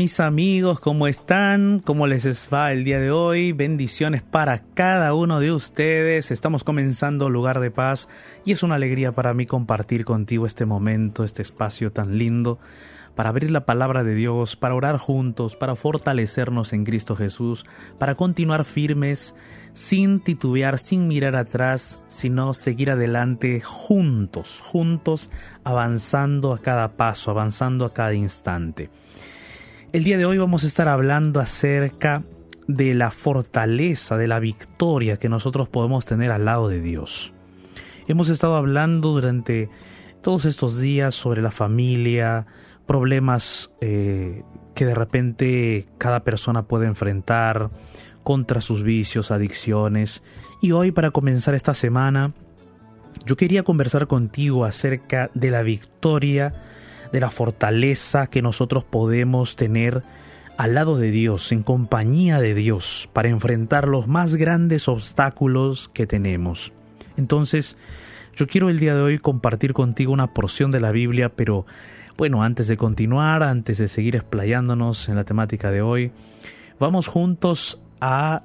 mis amigos, ¿cómo están? ¿Cómo les va el día de hoy? Bendiciones para cada uno de ustedes. Estamos comenzando Lugar de Paz y es una alegría para mí compartir contigo este momento, este espacio tan lindo, para abrir la palabra de Dios, para orar juntos, para fortalecernos en Cristo Jesús, para continuar firmes, sin titubear, sin mirar atrás, sino seguir adelante juntos, avanzando a cada paso, avanzando a cada instante. El día de hoy vamos a estar hablando acerca de la fortaleza, de la victoria que nosotros podemos tener al lado de Dios. Hemos estado hablando durante todos estos días sobre la familia, problemas que de repente cada persona puede enfrentar contra sus vicios, adicciones. Y hoy, para comenzar esta semana, yo quería conversar contigo acerca de la victoria, de la fortaleza que nosotros podemos tener al lado de Dios, en compañía de Dios, para enfrentar los más grandes obstáculos que tenemos. Entonces, yo quiero el día de hoy compartir contigo una porción de la Biblia, pero bueno, antes de continuar, antes de seguir explayándonos en la temática de hoy, vamos juntos a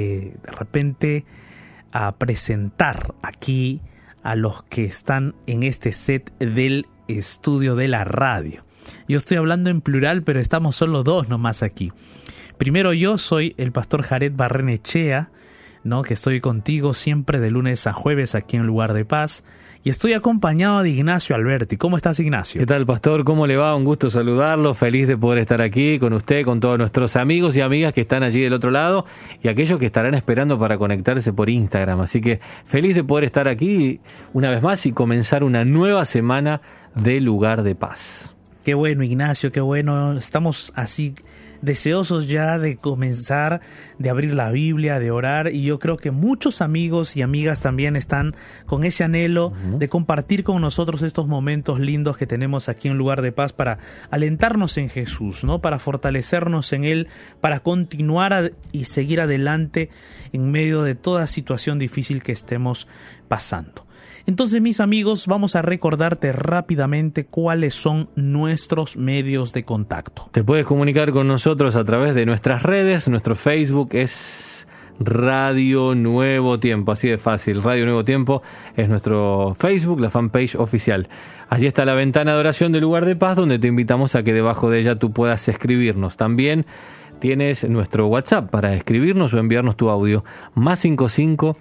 presentar aquí a los que están en este set del estudio de la radio. Yo estoy hablando en plural, pero estamos solo dos nomás aquí. Primero, yo soy el pastor Jared Barrenechea, ¿no? Que estoy contigo siempre de lunes a jueves aquí en Lugar de Paz. Y estoy acompañado de Ignacio Alberti. ¿Cómo estás, Ignacio? ¿Qué tal, pastor? ¿Cómo le va? Un gusto saludarlo. Feliz de poder estar aquí con usted, con todos nuestros amigos y amigas que están allí del otro lado y aquellos que estarán esperando para conectarse por Instagram. Así que feliz de poder estar aquí una vez más y comenzar una nueva semana de Lugar de Paz. Qué bueno, Ignacio, qué bueno. Estamos así deseosos ya de comenzar, de abrir la Biblia, de orar, y yo creo que muchos amigos y amigas también están con ese anhelo de compartir con nosotros estos momentos lindos que tenemos aquí en Lugar de Paz para alentarnos en Jesús, ¿no? Para fortalecernos en Él, para continuar y seguir adelante en medio de toda situación difícil que estemos pasando. Entonces, mis amigos, vamos a recordarte rápidamente cuáles son nuestros medios de contacto. Te puedes comunicar con nosotros a través de nuestras redes. Nuestro Facebook es Radio Nuevo Tiempo, así de fácil. Radio Nuevo Tiempo es nuestro Facebook, la fanpage oficial. Allí está la ventana de oración del Lugar de Paz, donde te invitamos a que debajo de ella tú puedas escribirnos. También tienes nuestro WhatsApp para escribirnos o enviarnos tu audio. +55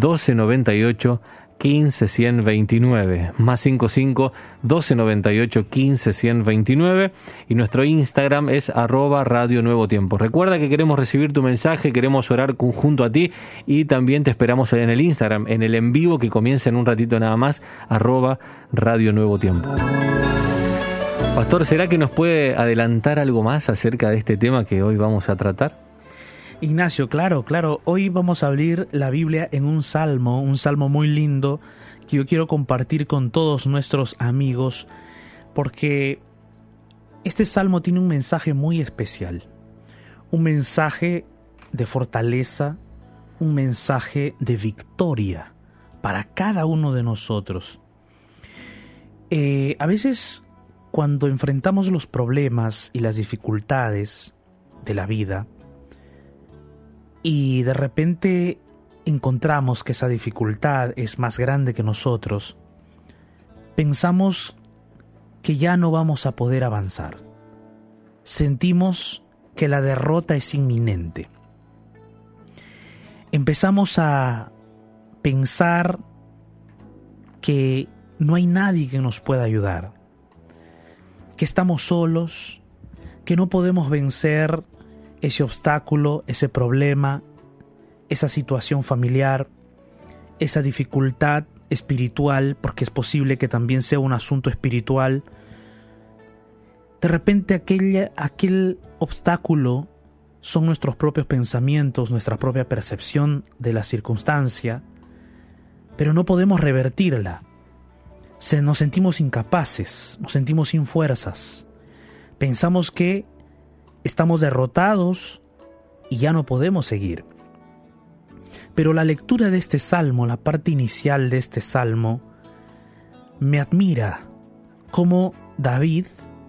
1298 15 129, +55 1298 15 129, y nuestro Instagram es @Radio Nuevo Tiempo. Recuerda que queremos recibir tu mensaje, queremos orar junto a ti y también te esperamos ahí en el Instagram, en el en vivo que comienza en un ratito nada más, @Radio Nuevo Tiempo. Pastor, ¿será que nos puede adelantar algo más acerca de este tema que hoy vamos a tratar? Ignacio, claro. Hoy vamos a abrir la Biblia en un salmo muy lindo que yo quiero compartir con todos nuestros amigos, porque este salmo tiene un mensaje muy especial, un mensaje de fortaleza, un mensaje de victoria para cada uno de nosotros. A veces, cuando enfrentamos los problemas y las dificultades de la vida, y de repente encontramos que esa dificultad es más grande que nosotros, pensamos que ya no vamos a poder avanzar. Sentimos que la derrota es inminente. Empezamos a pensar que no hay nadie que nos pueda ayudar, que estamos solos, que no podemos vencer ese obstáculo, ese problema, esa situación familiar, esa dificultad espiritual, porque es posible que también sea un asunto espiritual. De repente aquel obstáculo son nuestros propios pensamientos, nuestra propia percepción de la circunstancia, pero no podemos revertirla. Nos sentimos incapaces, nos sentimos sin fuerzas. Pensamos que estamos derrotados y ya no podemos seguir. Pero la lectura de este salmo, la parte inicial de este salmo, me admira cómo David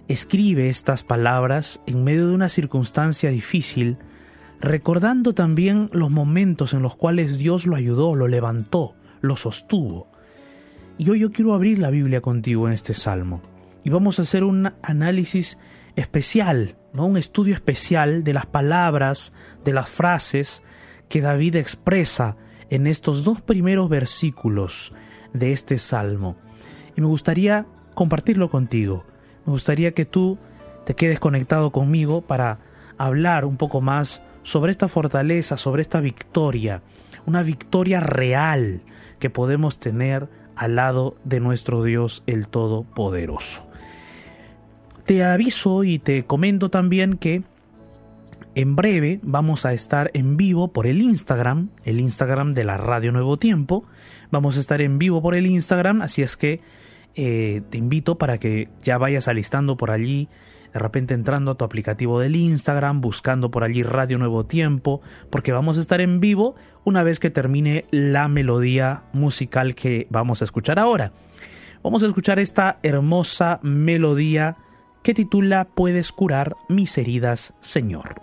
escribe estas palabras en medio de una circunstancia difícil, recordando también los momentos en los cuales Dios lo ayudó, lo levantó, lo sostuvo. Y hoy yo quiero abrir la Biblia contigo en este salmo y vamos a hacer un análisis especial, ¿no? Un estudio especial de las palabras, de las frases que David expresa en estos 2 primeros versículos de este salmo. Y me gustaría compartirlo contigo. Me gustaría que tú te quedes conectado conmigo para hablar un poco más sobre esta fortaleza, sobre esta victoria, una victoria real que podemos tener al lado de nuestro Dios el Todopoderoso. Te aviso y te comento también que en breve vamos a estar en vivo por el Instagram de la Radio Nuevo Tiempo. Vamos a estar en vivo por el Instagram, así es que te invito para que ya vayas alistando por allí, de repente entrando a tu aplicativo del Instagram, buscando por allí Radio Nuevo Tiempo, porque vamos a estar en vivo una vez que termine la melodía musical que vamos a escuchar ahora. Vamos a escuchar esta hermosa melodía que titula Puedes curar mis heridas, Señor.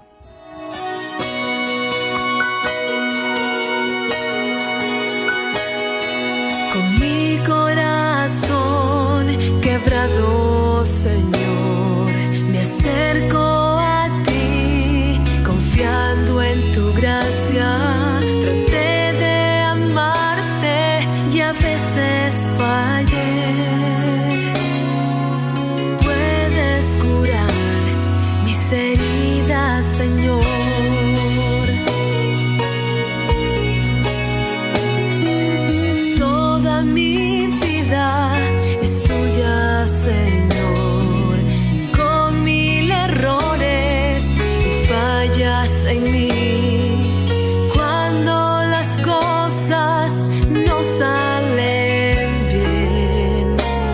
Con mi corazón quebrado, Señor, me acerco a ti, confiando en tu gracia. Traté de amarte y a veces fallé. Puedes curar mis heridas, Señor. Mi vida es tuya, Señor, con 1000 errores y fallas en mí. Cuando las cosas no salen bien,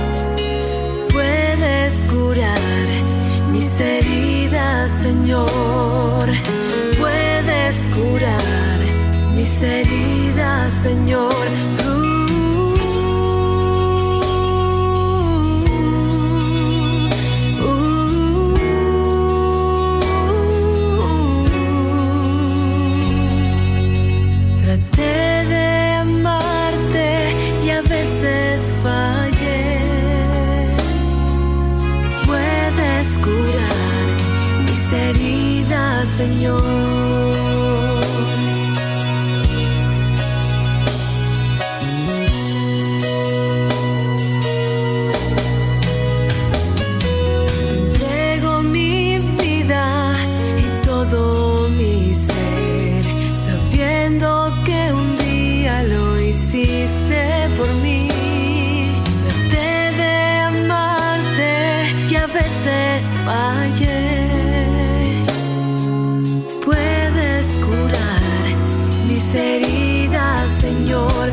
puedes curar mis heridas, Señor. Puedes curar mis heridas, Señor. Señor, entrego mi vida y todo mi ser, sabiendo que un día lo hiciste por mí. Traté de amarte y a veces fallé. Heridas, Señor.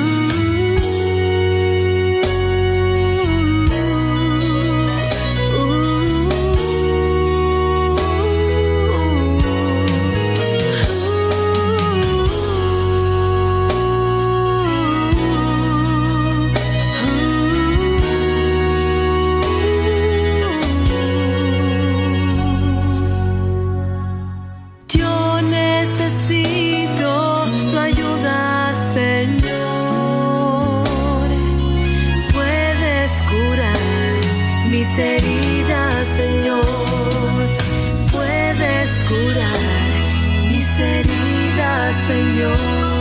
Yo necesito tu ayuda, Señor. Puedes curar mis heridas, Señor. Puedes curar mis heridas, Señor.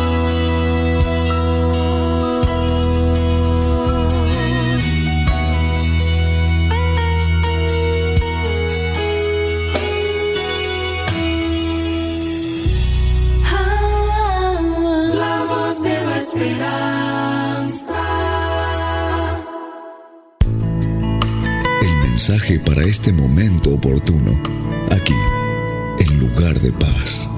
El mensaje para este momento oportuno, aquí, en Lugar de Paz.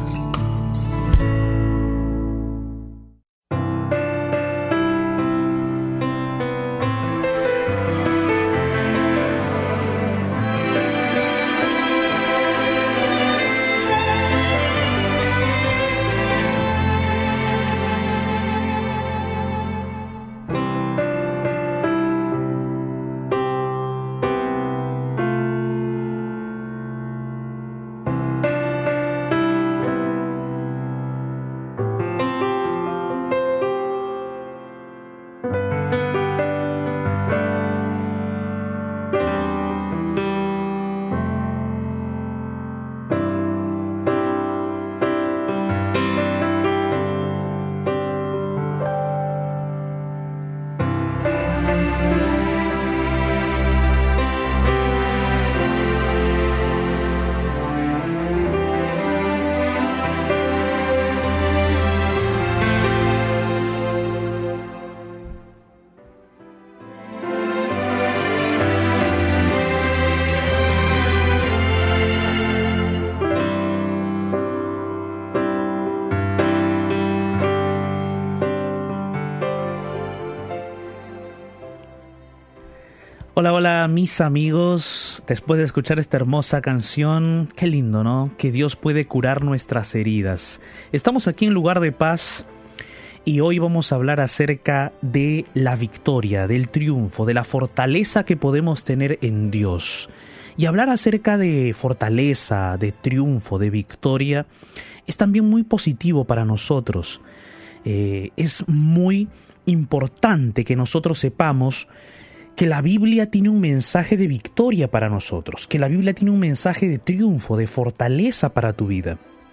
Hola, hola mis amigos, después de escuchar esta hermosa canción, qué lindo, ¿no? Que Dios puede curar nuestras heridas. Estamos aquí en Lugar de Paz y hoy vamos a hablar acerca de la victoria, del triunfo, de la fortaleza que podemos tener en Dios. Y hablar acerca de fortaleza, de triunfo, de victoria, es también muy positivo para nosotros. Es muy importante que nosotros sepamos que la Biblia tiene un mensaje de victoria para nosotros, que la Biblia tiene un mensaje de triunfo, de fortaleza para tu vida.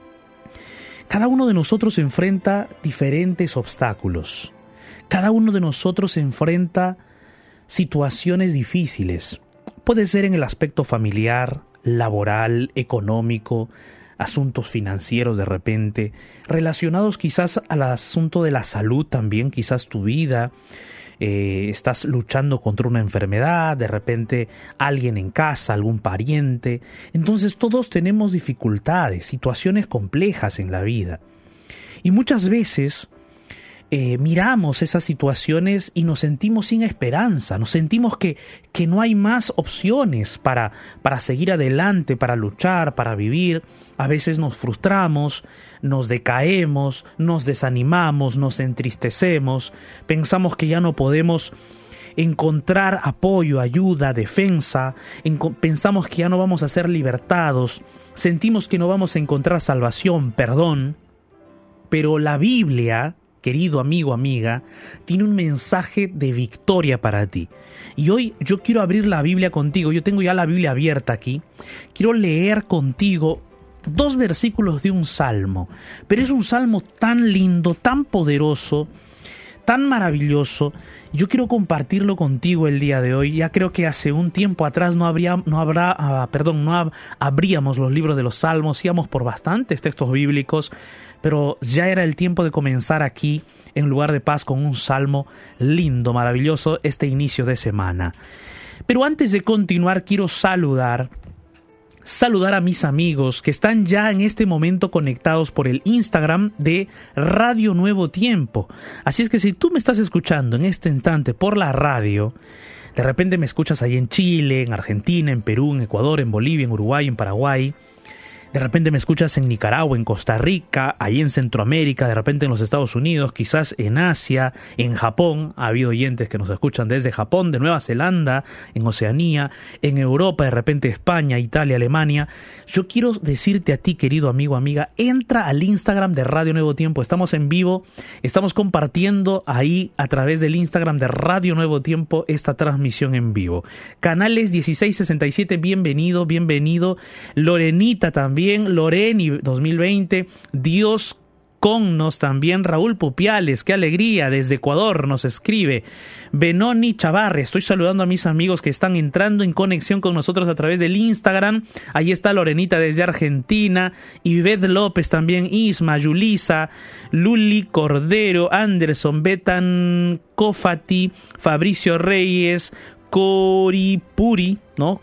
Cada uno de nosotros enfrenta diferentes obstáculos. Cada uno de nosotros enfrenta situaciones difíciles. Puede ser en el aspecto familiar, laboral, económico, asuntos financieros de repente, relacionados quizás al asunto de la salud también, quizás tu vida. Estás luchando contra una enfermedad, de repente alguien en casa, algún pariente. Entonces todos tenemos dificultades, situaciones complejas en la vida. Y muchas veces miramos esas situaciones y nos sentimos sin esperanza, nos sentimos que no hay más opciones para seguir adelante, para luchar, para vivir. A veces nos frustramos, nos decaemos, nos desanimamos, nos entristecemos, pensamos que ya no podemos encontrar apoyo, ayuda, defensa, pensamos que ya no vamos a ser libertados, sentimos que no vamos a encontrar salvación, perdón. Pero la Biblia, querido amigo, amiga, tiene un mensaje de victoria para ti. Y hoy yo quiero abrir la Biblia contigo. Yo tengo ya la Biblia abierta aquí. Quiero leer contigo 2 versículos de un salmo. Pero es un salmo tan lindo, tan poderoso, tan maravilloso. Yo quiero compartirlo contigo el día de hoy. Ya creo que hace un tiempo atrás no abríamos los libros de los salmos. Íbamos por bastantes textos bíblicos, pero ya era el tiempo de comenzar aquí en Lugar de Paz con un salmo lindo, maravilloso, este inicio de semana. Pero antes de continuar, quiero saludar a mis amigos que están ya en este momento conectados por el Instagram de Radio Nuevo Tiempo. Así es que si tú me estás escuchando en este instante por la radio, de repente me escuchas ahí en Chile, en Argentina, en Perú, en Ecuador, en Bolivia, en Uruguay, en Paraguay. De repente me escuchas en Nicaragua, en Costa Rica, ahí en Centroamérica, de repente en los Estados Unidos, quizás en Asia, en Japón. Ha habido oyentes que nos escuchan desde Japón, de Nueva Zelanda, en Oceanía, en Europa, de repente España, Italia, Alemania. Yo quiero decirte a ti, querido amigo, amiga, entra al Instagram de Radio Nuevo Tiempo. Estamos en vivo, estamos compartiendo ahí a través del Instagram de Radio Nuevo Tiempo esta transmisión en vivo. Canales 1667, bienvenido. Lorenita también. Loreni 2020, Dios con nos también, Raúl Pupiales, qué alegría, desde Ecuador nos escribe, Benoni Chavarri. Estoy saludando a mis amigos que están entrando en conexión con nosotros a través del Instagram. Ahí está Lorenita desde Argentina, Ivette López también, Isma, Yulisa, Luli Cordero, Anderson, Betan Cofati, Fabricio Reyes, Coripuri,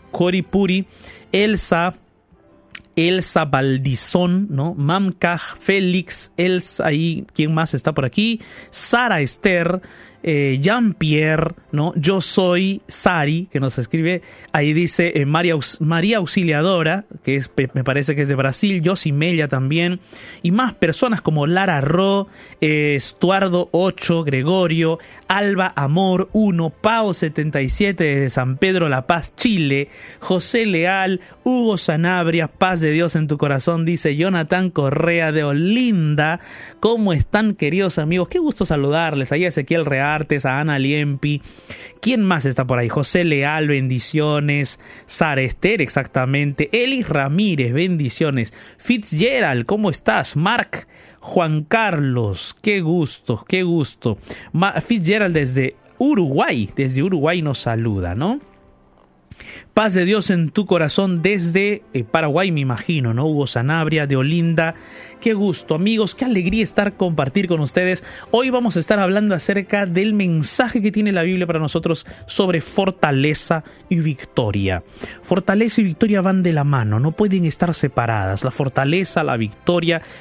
Elsa Valdizón, ¿no? Mamcaj, Félix, Elsa, ahí, ¿quién más está por aquí? Sara Esther, Jean-Pierre, ¿no? Yo soy Sari, que nos escribe, ahí dice María Auxiliadora, que me parece que es de Brasil, Yossi Mella también, y más personas como Lara Ro, Estuardo 8, Gregorio, Alba Amor 1, Pao 77 desde San Pedro La Paz, Chile, José Leal, Hugo Sanabria, paz de Dios en tu corazón, dice Jonathan Correa de Olinda. ¿Cómo están, queridos amigos? Qué gusto saludarles. Ahí Ezequiel Reartes, a Ana Liempi. ¿Quién más está por ahí? José Leal, bendiciones. Sara Esther, exactamente. Elis Ramírez, bendiciones. Fitzgerald, ¿cómo estás? Mark, Juan Carlos, qué gusto. Fitzgerald desde Uruguay nos saluda, ¿no? Paz de Dios en tu corazón desde Paraguay, me imagino, ¿no? Hugo Sanabria de Olinda. Qué gusto, amigos, qué alegría compartir con ustedes. Hoy vamos a estar hablando acerca del mensaje que tiene la Biblia para nosotros sobre fortaleza y victoria. Fortaleza y victoria van de la mano, no pueden estar separadas. La fortaleza, la victoria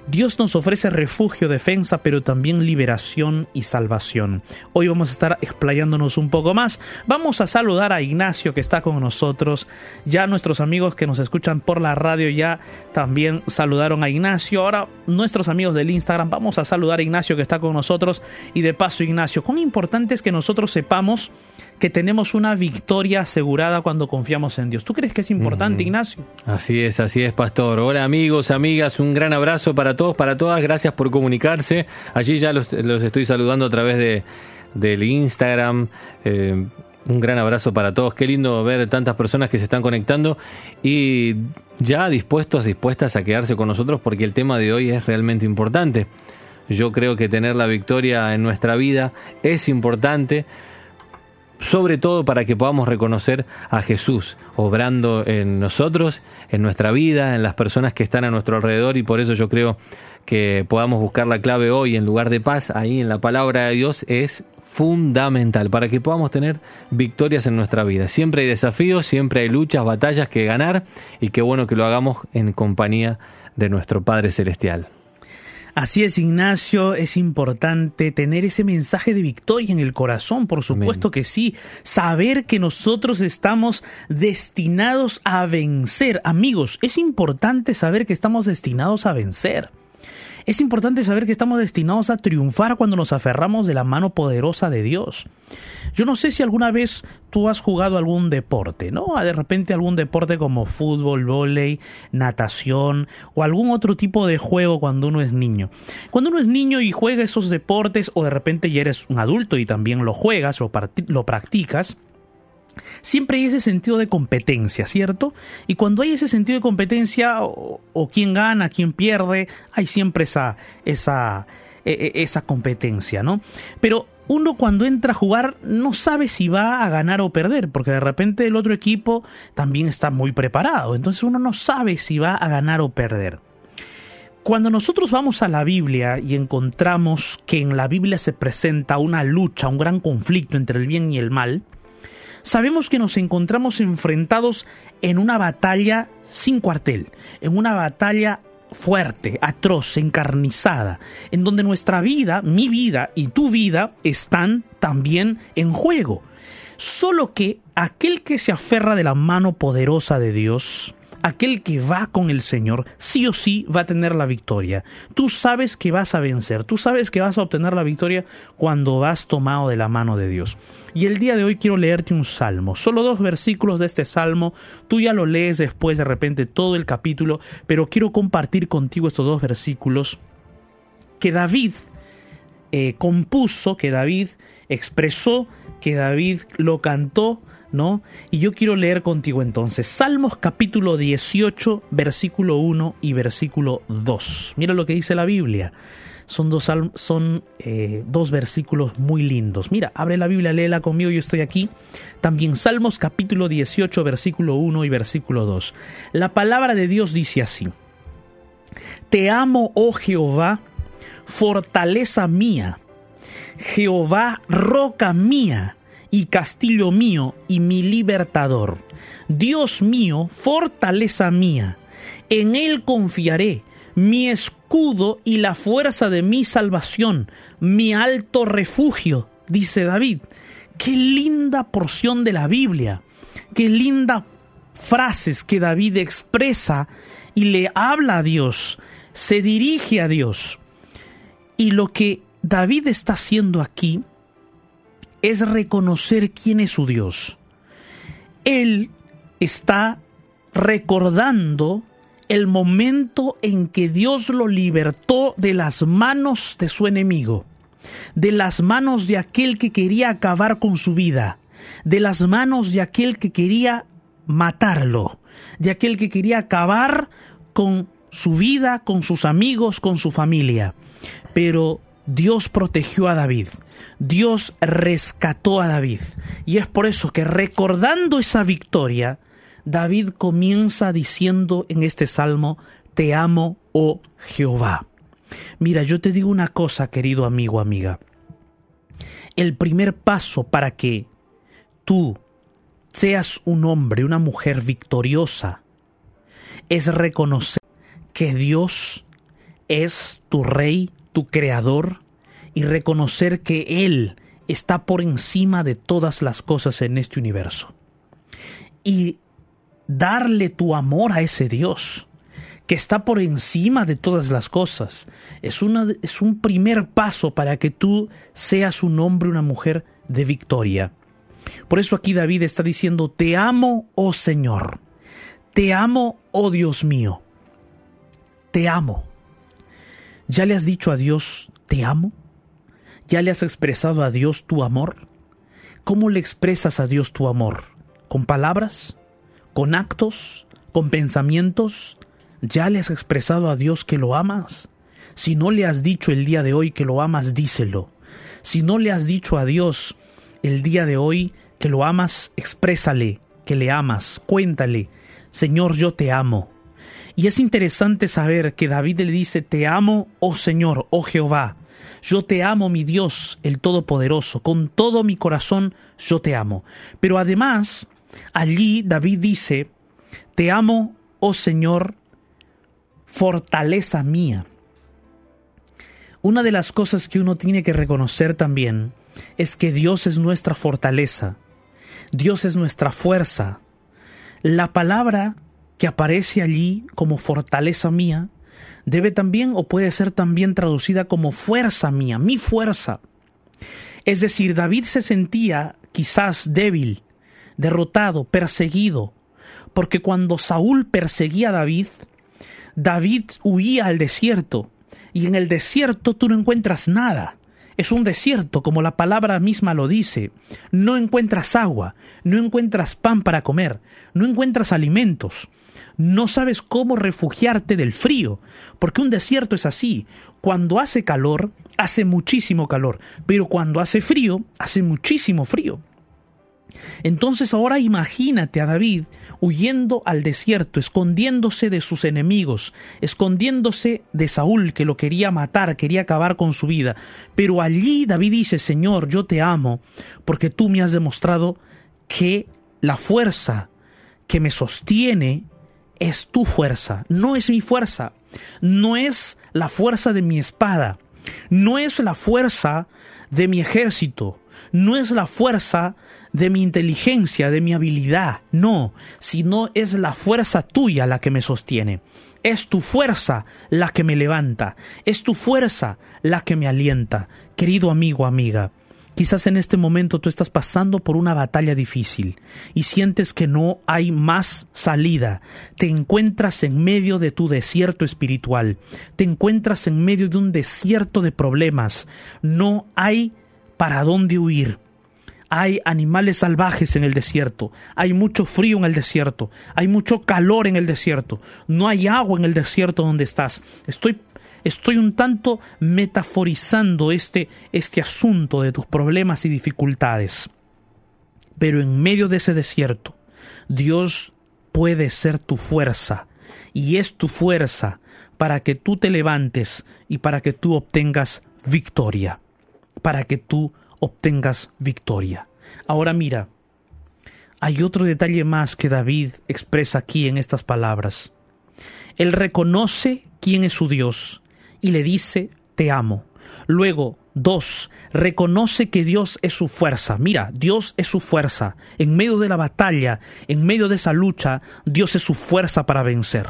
Dios nos ofrece refugio, defensa, pero también liberación y salvación. Hoy vamos a estar explayándonos un poco más. Vamos a saludar a Ignacio, que está con nosotros. Ya nuestros amigos que nos escuchan por la radio ya también saludaron a Ignacio. Ahora nuestros amigos del Instagram, vamos a saludar a Ignacio, que está con nosotros. Y de paso, Ignacio, cuán importante es que nosotros sepamos que tenemos una victoria asegurada cuando confiamos en Dios. ¿Tú crees que es importante, Ignacio? Así es, pastor. Hola amigos, amigas, un gran abrazo para todos, para todas. Gracias por comunicarse. Allí ya los estoy saludando a través del Instagram. Un gran abrazo para todos. Qué lindo ver tantas personas que se están conectando y ya dispuestas a quedarse con nosotros, porque el tema de hoy es realmente importante. Yo creo que tener la victoria en nuestra vida es importante, sobre todo para que podamos reconocer a Jesús obrando en nosotros, en nuestra vida, en las personas que están a nuestro alrededor, y por eso yo creo que podamos buscar la clave hoy en lugar de paz, ahí en la palabra de Dios, es fundamental para que podamos tener victorias en nuestra vida. Siempre hay desafíos, siempre hay luchas, batallas que ganar, y qué bueno que lo hagamos en compañía de nuestro Padre Celestial. Así es, Ignacio, es importante tener ese mensaje de victoria en el corazón, por supuesto. Amén. Que sí, saber que nosotros estamos destinados a vencer. Amigos, es importante saber que estamos destinados a vencer. Es importante saber que estamos destinados a triunfar cuando nos aferramos de la mano poderosa de Dios. Yo no sé si alguna vez tú has jugado algún deporte, ¿no? De repente algún deporte como fútbol, vóley, natación o algún otro tipo de juego cuando uno es niño. Cuando uno es niño y juega esos deportes, o de repente ya eres un adulto y también lo juegas, lo practicas, siempre hay ese sentido de competencia, ¿cierto? Y cuando hay ese sentido de competencia, o quién gana, quién pierde, hay siempre esa competencia, ¿no? Pero uno cuando entra a jugar no sabe si va a ganar o perder, porque de repente el otro equipo también está muy preparado. Entonces uno no sabe si va a ganar o perder. Cuando nosotros vamos a la Biblia y encontramos que en la Biblia se presenta una lucha, un gran conflicto entre el bien y el mal, sabemos que nos encontramos enfrentados en una batalla sin cuartel, en una batalla fuerte, atroz, encarnizada, en donde nuestra vida, mi vida y tu vida están también en juego. Solo que aquel que se aferra de la mano poderosa de Dios, aquel que va con el Señor, sí o sí va a tener la victoria. Tú sabes que vas a vencer, tú sabes que vas a obtener la victoria cuando vas tomado de la mano de Dios. Y el día de hoy quiero leerte un salmo, solo 2 versículos de este salmo. Tú ya lo lees después de repente todo el capítulo, pero quiero compartir contigo estos 2 versículos que David compuso, que David expresó, que David lo cantó, ¿no? Y yo quiero leer contigo entonces Salmos capítulo 18, versículo 1 y versículo 2. Mira lo que dice la Biblia. Son dos versículos muy lindos. Mira, abre la Biblia, léela conmigo, yo estoy aquí. También Salmos capítulo 18, versículo 1 y versículo 2. La palabra de Dios dice así: Te amo, oh Jehová, fortaleza mía, Jehová, roca mía y castillo mío y mi libertador. Dios mío, fortaleza mía, en él confiaré, mi escudo y la fuerza de mi salvación, mi alto refugio, dice David. Qué linda porción de la Biblia, qué lindas frases que David expresa y le habla a Dios, se dirige a Dios. Y lo que David está haciendo aquí es reconocer quién es su Dios. Él está recordando el momento en que Dios lo libertó de las manos de su enemigo, de las manos de aquel que quería acabar con su vida, de las manos de aquel que quería matarlo, de aquel que quería acabar con su vida, con sus amigos, con su familia. Pero Dios protegió a David, Dios rescató a David, y es por eso que, recordando esa victoria, David comienza diciendo en este salmo: Te amo, oh Jehová. Mira, yo te digo una cosa, querido amigo, amiga. El primer paso para que tú seas un hombre, una mujer victoriosa, es reconocer que Dios es tu Rey, tu Creador, y reconocer que Él está por encima de todas las cosas en este universo. Y darle tu amor a ese Dios que está por encima de todas las cosas es un primer paso para que tú seas un hombre, una mujer de victoria. Por eso aquí David está diciendo: te amo, oh Señor, te amo, oh Dios mío, te amo. ¿Ya le has dicho a Dios te amo? ¿Ya le has expresado a Dios tu amor? ¿Cómo le expresas a Dios tu amor? ¿Con palabras? ¿Con actos? ¿Con pensamientos? ¿Ya le has expresado a Dios que lo amas? Si no le has dicho el día de hoy que lo amas, díselo. Si no le has dicho a Dios el día de hoy que lo amas, exprésale que le amas, cuéntale: Señor, yo te amo. Y es interesante saber que David le dice: te amo, oh Señor, oh Jehová. Yo te amo, mi Dios, el Todopoderoso. Con todo mi corazón yo te amo. Pero además, allí David dice: te amo, oh Señor, fortaleza mía. Una de las cosas que uno tiene que reconocer también es que Dios es nuestra fortaleza. Dios es nuestra fuerza. La palabra que aparece allí como fortaleza mía debe también, o puede ser también traducida como fuerza mía, mi fuerza. Es decir, David se sentía quizás débil, derrotado, perseguido, porque cuando Saúl perseguía a David, David huía al desierto, y en el desierto tú no encuentras nada. Es un desierto, como la palabra misma lo dice. No encuentras agua, no encuentras pan para comer, no encuentras alimentos. No sabes cómo refugiarte del frío, porque un desierto es así. Cuando hace calor, hace muchísimo calor, pero cuando hace frío, hace muchísimo frío. Entonces ahora imagínate a David huyendo al desierto, escondiéndose de sus enemigos, escondiéndose de Saúl, que lo quería matar, quería acabar con su vida. Pero allí David dice: Señor, yo te amo, porque tú me has demostrado que la fuerza que me sostiene es tu fuerza, no es mi fuerza, no es la fuerza de mi espada, no es la fuerza de mi ejército, no es la fuerza de mi inteligencia, de mi habilidad, no, sino es la fuerza tuya la que me sostiene. Es tu fuerza la que me levanta, es tu fuerza la que me alienta. Querido amigo, amiga, quizás en este momento tú estás pasando por una batalla difícil y sientes que no hay más salida. Te encuentras en medio de tu desierto espiritual. Te encuentras en medio de un desierto de problemas. No hay para dónde huir. Hay animales salvajes en el desierto. Hay mucho frío en el desierto. Hay mucho calor en el desierto. No hay agua en el desierto donde estás. Estoy un tanto metaforizando este asunto de tus problemas y dificultades. Pero en medio de ese desierto, Dios puede ser tu fuerza. Y es tu fuerza para que tú te levantes y para que tú obtengas victoria. Para que tú obtengas victoria. Ahora mira, hay otro detalle más que David expresa aquí en estas palabras. Él reconoce quién es su Dios y le dice: te amo. Luego, 2, reconoce que Dios es su fuerza. Mira, Dios es su fuerza. En medio de la batalla, en medio de esa lucha, Dios es su fuerza para vencer.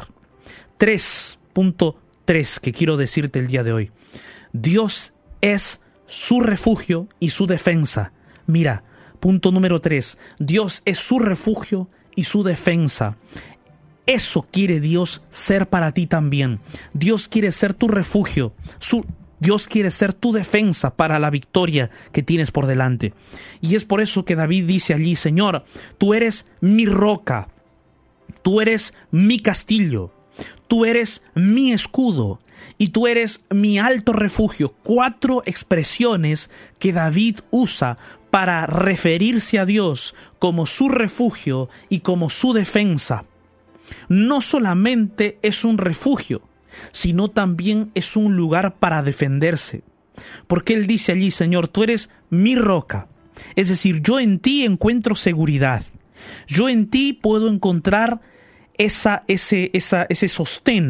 3.3 que quiero decirte el día de hoy. Dios es su refugio y su defensa. Mira, punto número 3. Dios es su refugio y su defensa. Eso quiere Dios ser para ti también. Dios quiere ser tu refugio. Dios quiere ser tu defensa para la victoria que tienes por delante. Y es por eso que David dice allí: Señor, tú eres mi roca. Tú eres mi castillo. Tú eres mi escudo. Y tú eres mi alto refugio. 4 expresiones que David usa para referirse a Dios como su refugio y como su defensa. No solamente es un refugio, sino también es un lugar para defenderse. Porque él dice allí: Señor, tú eres mi roca. Es decir, yo en ti encuentro seguridad. Yo en ti puedo encontrar ese sostén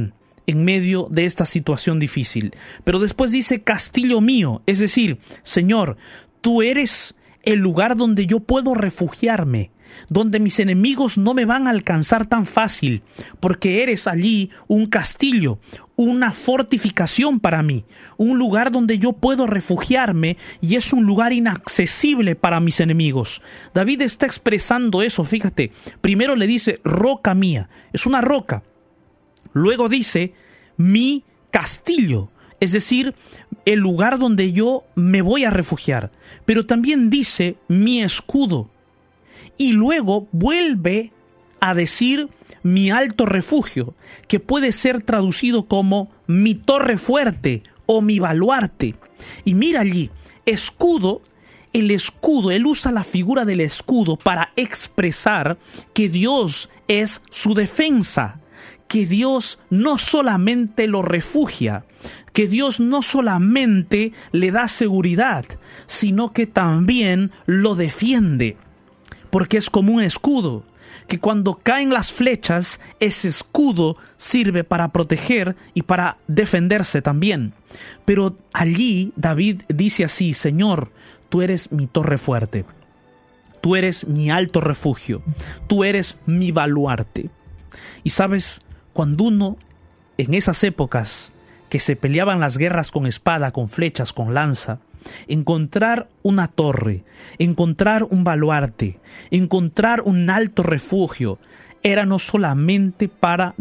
en medio de esta situación difícil. Pero después dice castillo mío, es decir, Señor, tú eres el lugar donde yo puedo refugiarme, donde mis enemigos no me van a alcanzar tan fácil, porque eres allí un castillo, una fortificación para mí, un lugar donde yo puedo refugiarme y es un lugar inaccesible para mis enemigos. David está expresando eso, fíjate. Primero le dice, roca mía, es una roca. Luego dice, mi castillo, es decir, el lugar donde yo me voy a refugiar. Pero también dice, mi escudo. Y luego vuelve a decir mi alto refugio, que puede ser traducido como mi torre fuerte o mi baluarte. Y mira allí, escudo, el escudo, él usa la figura del escudo para expresar que Dios es su defensa, que Dios no solamente lo refugia, que Dios no solamente le da seguridad, sino que también lo defiende. Porque es como un escudo, que cuando caen las flechas, ese escudo sirve para proteger y para defenderse también. Pero allí David dice así, Señor, tú eres mi torre fuerte, tú eres mi alto refugio, tú eres mi baluarte. Y sabes, cuando uno en esas épocas que se peleaban las guerras con espada, con flechas, con lanza, encontrar una torre, encontrar un baluarte, encontrar un alto refugio, era no solamente para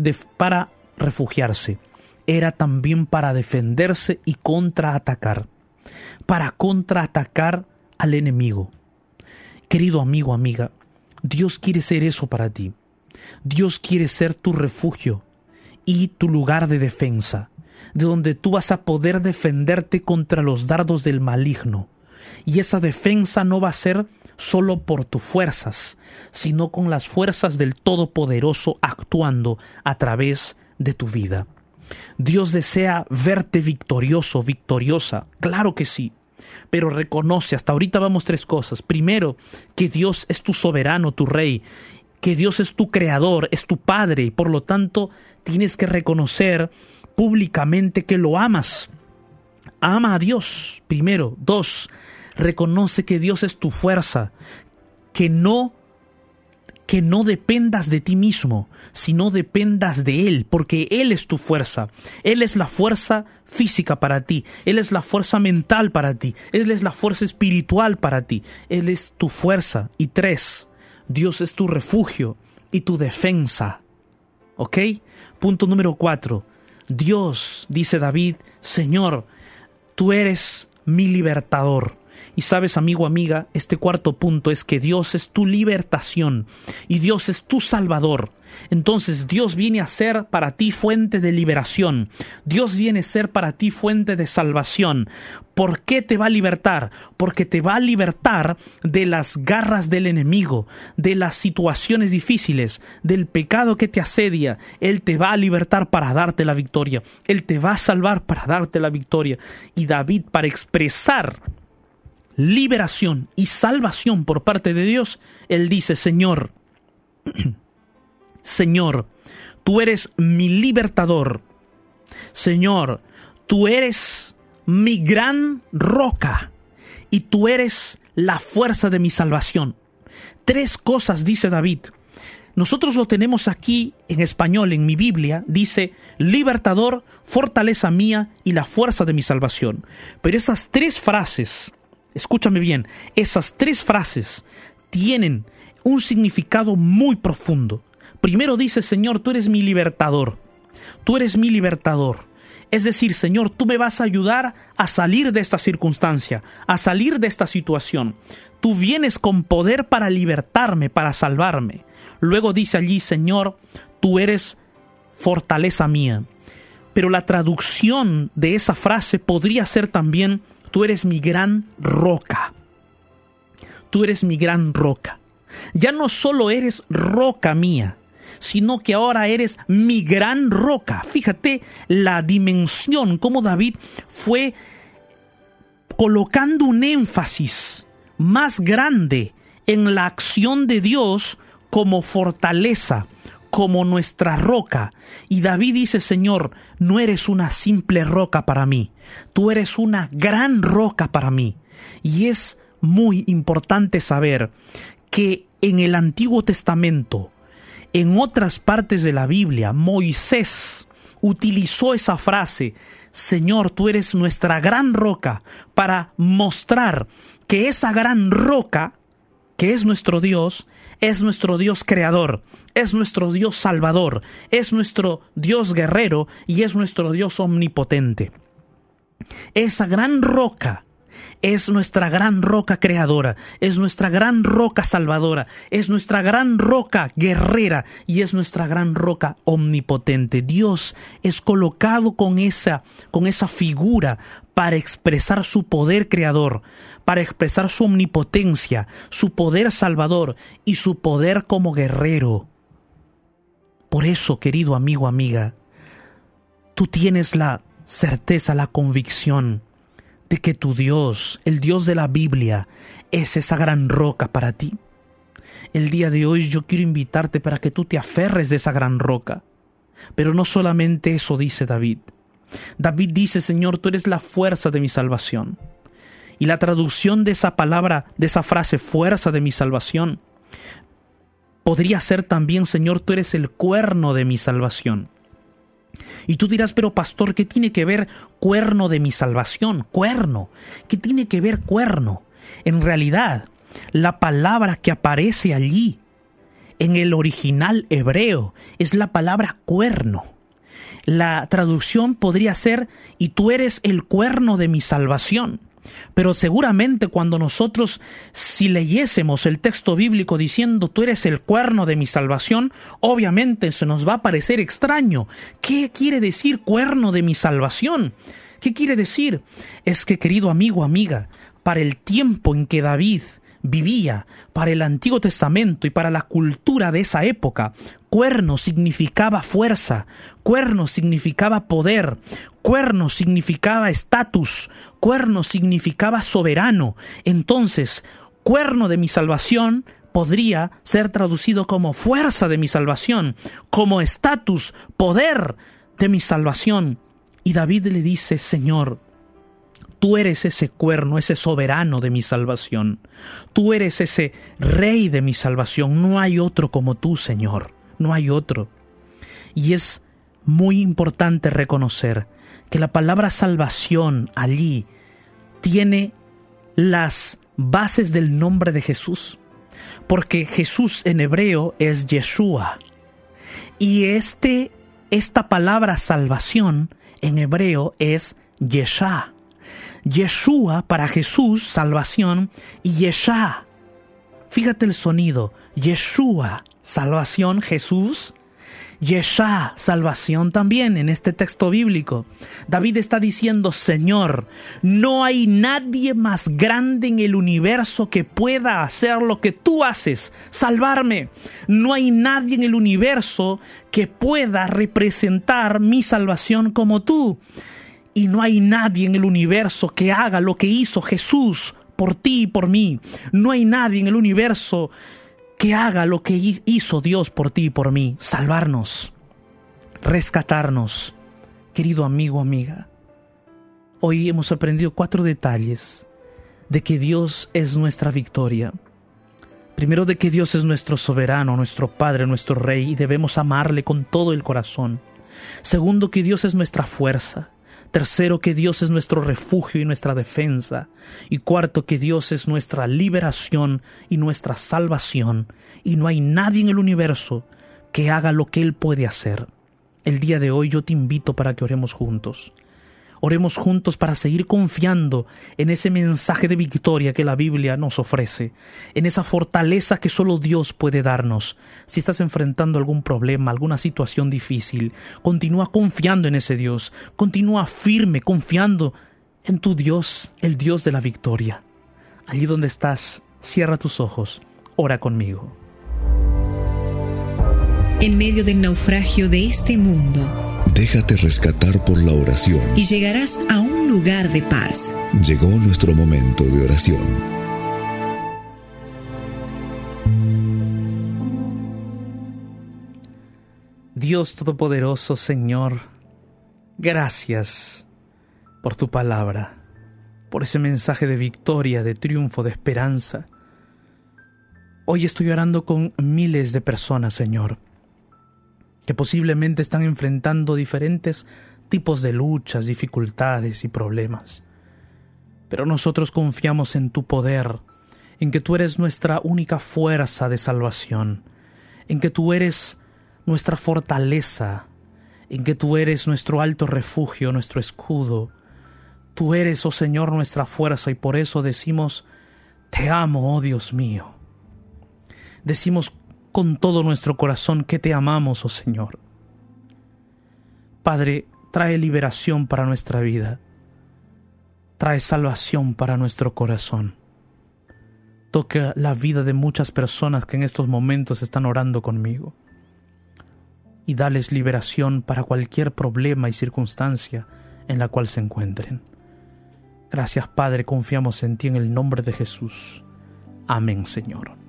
refugiarse, era también para defenderse y contraatacar, para contraatacar al enemigo. Querido amigo, amiga, Dios quiere ser eso para ti. Dios quiere ser tu refugio y tu lugar de defensa, de donde tú vas a poder defenderte contra los dardos del maligno. Y esa defensa no va a ser solo por tus fuerzas, sino con las fuerzas del Todopoderoso actuando a través de tu vida. Dios desea verte victorioso, victoriosa, claro que sí, pero reconoce, hasta ahorita vamos 3 cosas. Primero, que Dios es tu soberano, tu rey, que Dios es tu creador, es tu padre, y por lo tanto tienes que reconocer públicamente que lo amas. Ama a Dios, primero. 2, reconoce que Dios es tu fuerza, que no dependas de ti mismo, sino dependas de Él, porque Él es tu fuerza. Él es la fuerza física para ti, Él es la fuerza mental para ti, Él es la fuerza espiritual para ti, Él es tu fuerza. Y 3, Dios es tu refugio y tu defensa. ¿Ok? Punto número 4. Dios, dice David, Señor, tú eres mi libertador. Y sabes, amigo, amiga, este 4 punto es que Dios es tu libertación y Dios es tu salvador. Entonces Dios viene a ser para ti fuente de liberación. Dios viene a ser para ti fuente de salvación. ¿Por qué te va a libertar? Porque te va a libertar de las garras del enemigo, de las situaciones difíciles, del pecado que te asedia. Él te va a libertar para darte la victoria. Él te va a salvar para darte la victoria. Y David, para expresar liberación y salvación por parte de Dios, él dice, Señor, Señor, tú eres mi libertador. Señor, tú eres mi gran roca y tú eres la fuerza de mi salvación. 3 cosas dice David. Nosotros lo tenemos aquí en español, en mi Biblia, dice libertador, fortaleza mía y la fuerza de mi salvación. Pero esas 3 frases, escúchame bien, esas 3 frases tienen un significado muy profundo. Primero dice, Señor, tú eres mi libertador. Tú eres mi libertador. Es decir, Señor, tú me vas a ayudar a salir de esta circunstancia, a salir de esta situación. Tú vienes con poder para libertarme, para salvarme. Luego dice allí, Señor, tú eres fortaleza mía. Pero la traducción de esa frase podría ser también, tú eres mi gran roca. Tú eres mi gran roca. Ya no solo eres roca mía, sino que ahora eres mi gran roca. Fíjate la dimensión, cómo David fue colocando un énfasis más grande en la acción de Dios como fortaleza, como nuestra roca. Y David dice, Señor, no eres una simple roca para mí, tú eres una gran roca para mí. Y es muy importante saber que en el Antiguo Testamento, en otras partes de la Biblia, Moisés utilizó esa frase, Señor, tú eres nuestra gran roca, para mostrar que esa gran roca, que es nuestro Dios creador, es nuestro Dios salvador, es nuestro Dios guerrero y es nuestro Dios omnipotente. Esa gran roca es nuestra gran roca creadora, es nuestra gran roca salvadora, es nuestra gran roca guerrera y es nuestra gran roca omnipotente. Dios es colocado con esa figura para expresar su poder creador, para expresar su omnipotencia, su poder salvador y su poder como guerrero. Por eso, querido amigo, amiga, tú tienes la certeza, la convicción de que tu Dios, el Dios de la Biblia, es esa gran roca para ti. El día de hoy yo quiero invitarte para que tú te aferres de esa gran roca. Pero no solamente eso dice David. David dice, Señor, tú eres la fuerza de mi salvación. Y la traducción de esa palabra, de esa frase, fuerza de mi salvación, podría ser también, Señor, tú eres el cuerno de mi salvación. Y tú dirás, pero pastor, ¿qué tiene que ver cuerno de mi salvación? Cuerno. ¿Qué tiene que ver cuerno? En realidad, la palabra que aparece allí en el original hebreo es la palabra cuerno. La traducción podría ser, y tú eres el cuerno de mi salvación. Pero seguramente cuando nosotros, si leyésemos el texto bíblico diciendo tú eres el cuerno de mi salvación, obviamente se nos va a parecer extraño. ¿Qué quiere decir cuerno de mi salvación? ¿Qué quiere decir? Es que, querido amigo, amiga, para el tiempo en que David vivía, para el Antiguo Testamento y para la cultura de esa época, cuerno significaba fuerza, cuerno significaba poder, cuerno significaba estatus, cuerno significaba soberano. Entonces, cuerno de mi salvación podría ser traducido como fuerza de mi salvación, como estatus, poder de mi salvación. Y David le dice, Señor, tú eres ese cuerno, ese soberano de mi salvación. Tú eres ese rey de mi salvación. No hay otro como tú, Señor. No hay otro. Y es muy importante reconocer que la palabra salvación allí tiene las bases del nombre de Jesús. Porque Jesús en hebreo es Yeshua. Y esta palabra salvación en hebreo es Yeshá. Yeshua para Jesús, salvación, y Yeshá. Fíjate el sonido. Yeshua, salvación, Jesús. Yeshá, salvación también en este texto bíblico. David está diciendo, Señor, no hay nadie más grande en el universo que pueda hacer lo que tú haces, salvarme. No hay nadie en el universo que pueda representar mi salvación como tú. Y no hay nadie en el universo que haga lo que hizo Jesús por ti y por mí. No hay nadie en el universo que haga lo que hizo Dios por ti y por mí. Salvarnos, rescatarnos. Querido amigo, amiga, hoy hemos aprendido 4 detalles de que Dios es nuestra victoria. Primero, de que Dios es nuestro soberano, nuestro Padre, nuestro Rey, y debemos amarle con todo el corazón. Segundo, que Dios es nuestra fuerza. Tercero, que Dios es nuestro refugio y nuestra defensa. Y cuarto, que Dios es nuestra liberación y nuestra salvación. Y no hay nadie en el universo que haga lo que Él puede hacer. El día de hoy yo te invito para que oremos juntos. Oremos juntos para seguir confiando en ese mensaje de victoria que la Biblia nos ofrece, en esa fortaleza que solo Dios puede darnos. Si estás enfrentando algún problema, alguna situación difícil, continúa confiando en ese Dios, continúa firme, confiando en tu Dios, el Dios de la victoria. Allí donde estás, cierra tus ojos, ora conmigo. En medio del naufragio de este mundo, déjate rescatar por la oración. y llegarás a un lugar de paz. Llegó nuestro momento de oración. Dios Todopoderoso, Señor, gracias por tu palabra, por ese mensaje de victoria, de triunfo, de esperanza. Hoy estoy orando con miles de personas, Señor, que posiblemente están enfrentando diferentes tipos de luchas, dificultades y problemas. Pero nosotros confiamos en tu poder, en que tú eres nuestra única fuerza de salvación, en que tú eres nuestra fortaleza, en que tú eres nuestro alto refugio, nuestro escudo. Tú eres, oh Señor, nuestra fuerza, y por eso decimos: te amo, oh Dios mío. Decimos con todo nuestro corazón que te amamos, oh Señor. Padre, trae liberación para nuestra vida. Trae salvación para nuestro corazón. Toca la vida de muchas personas que en estos momentos están orando conmigo. Y dales liberación para cualquier problema y circunstancia en la cual se encuentren. Gracias, Padre, confiamos en ti en el nombre de Jesús. Amén, Señor.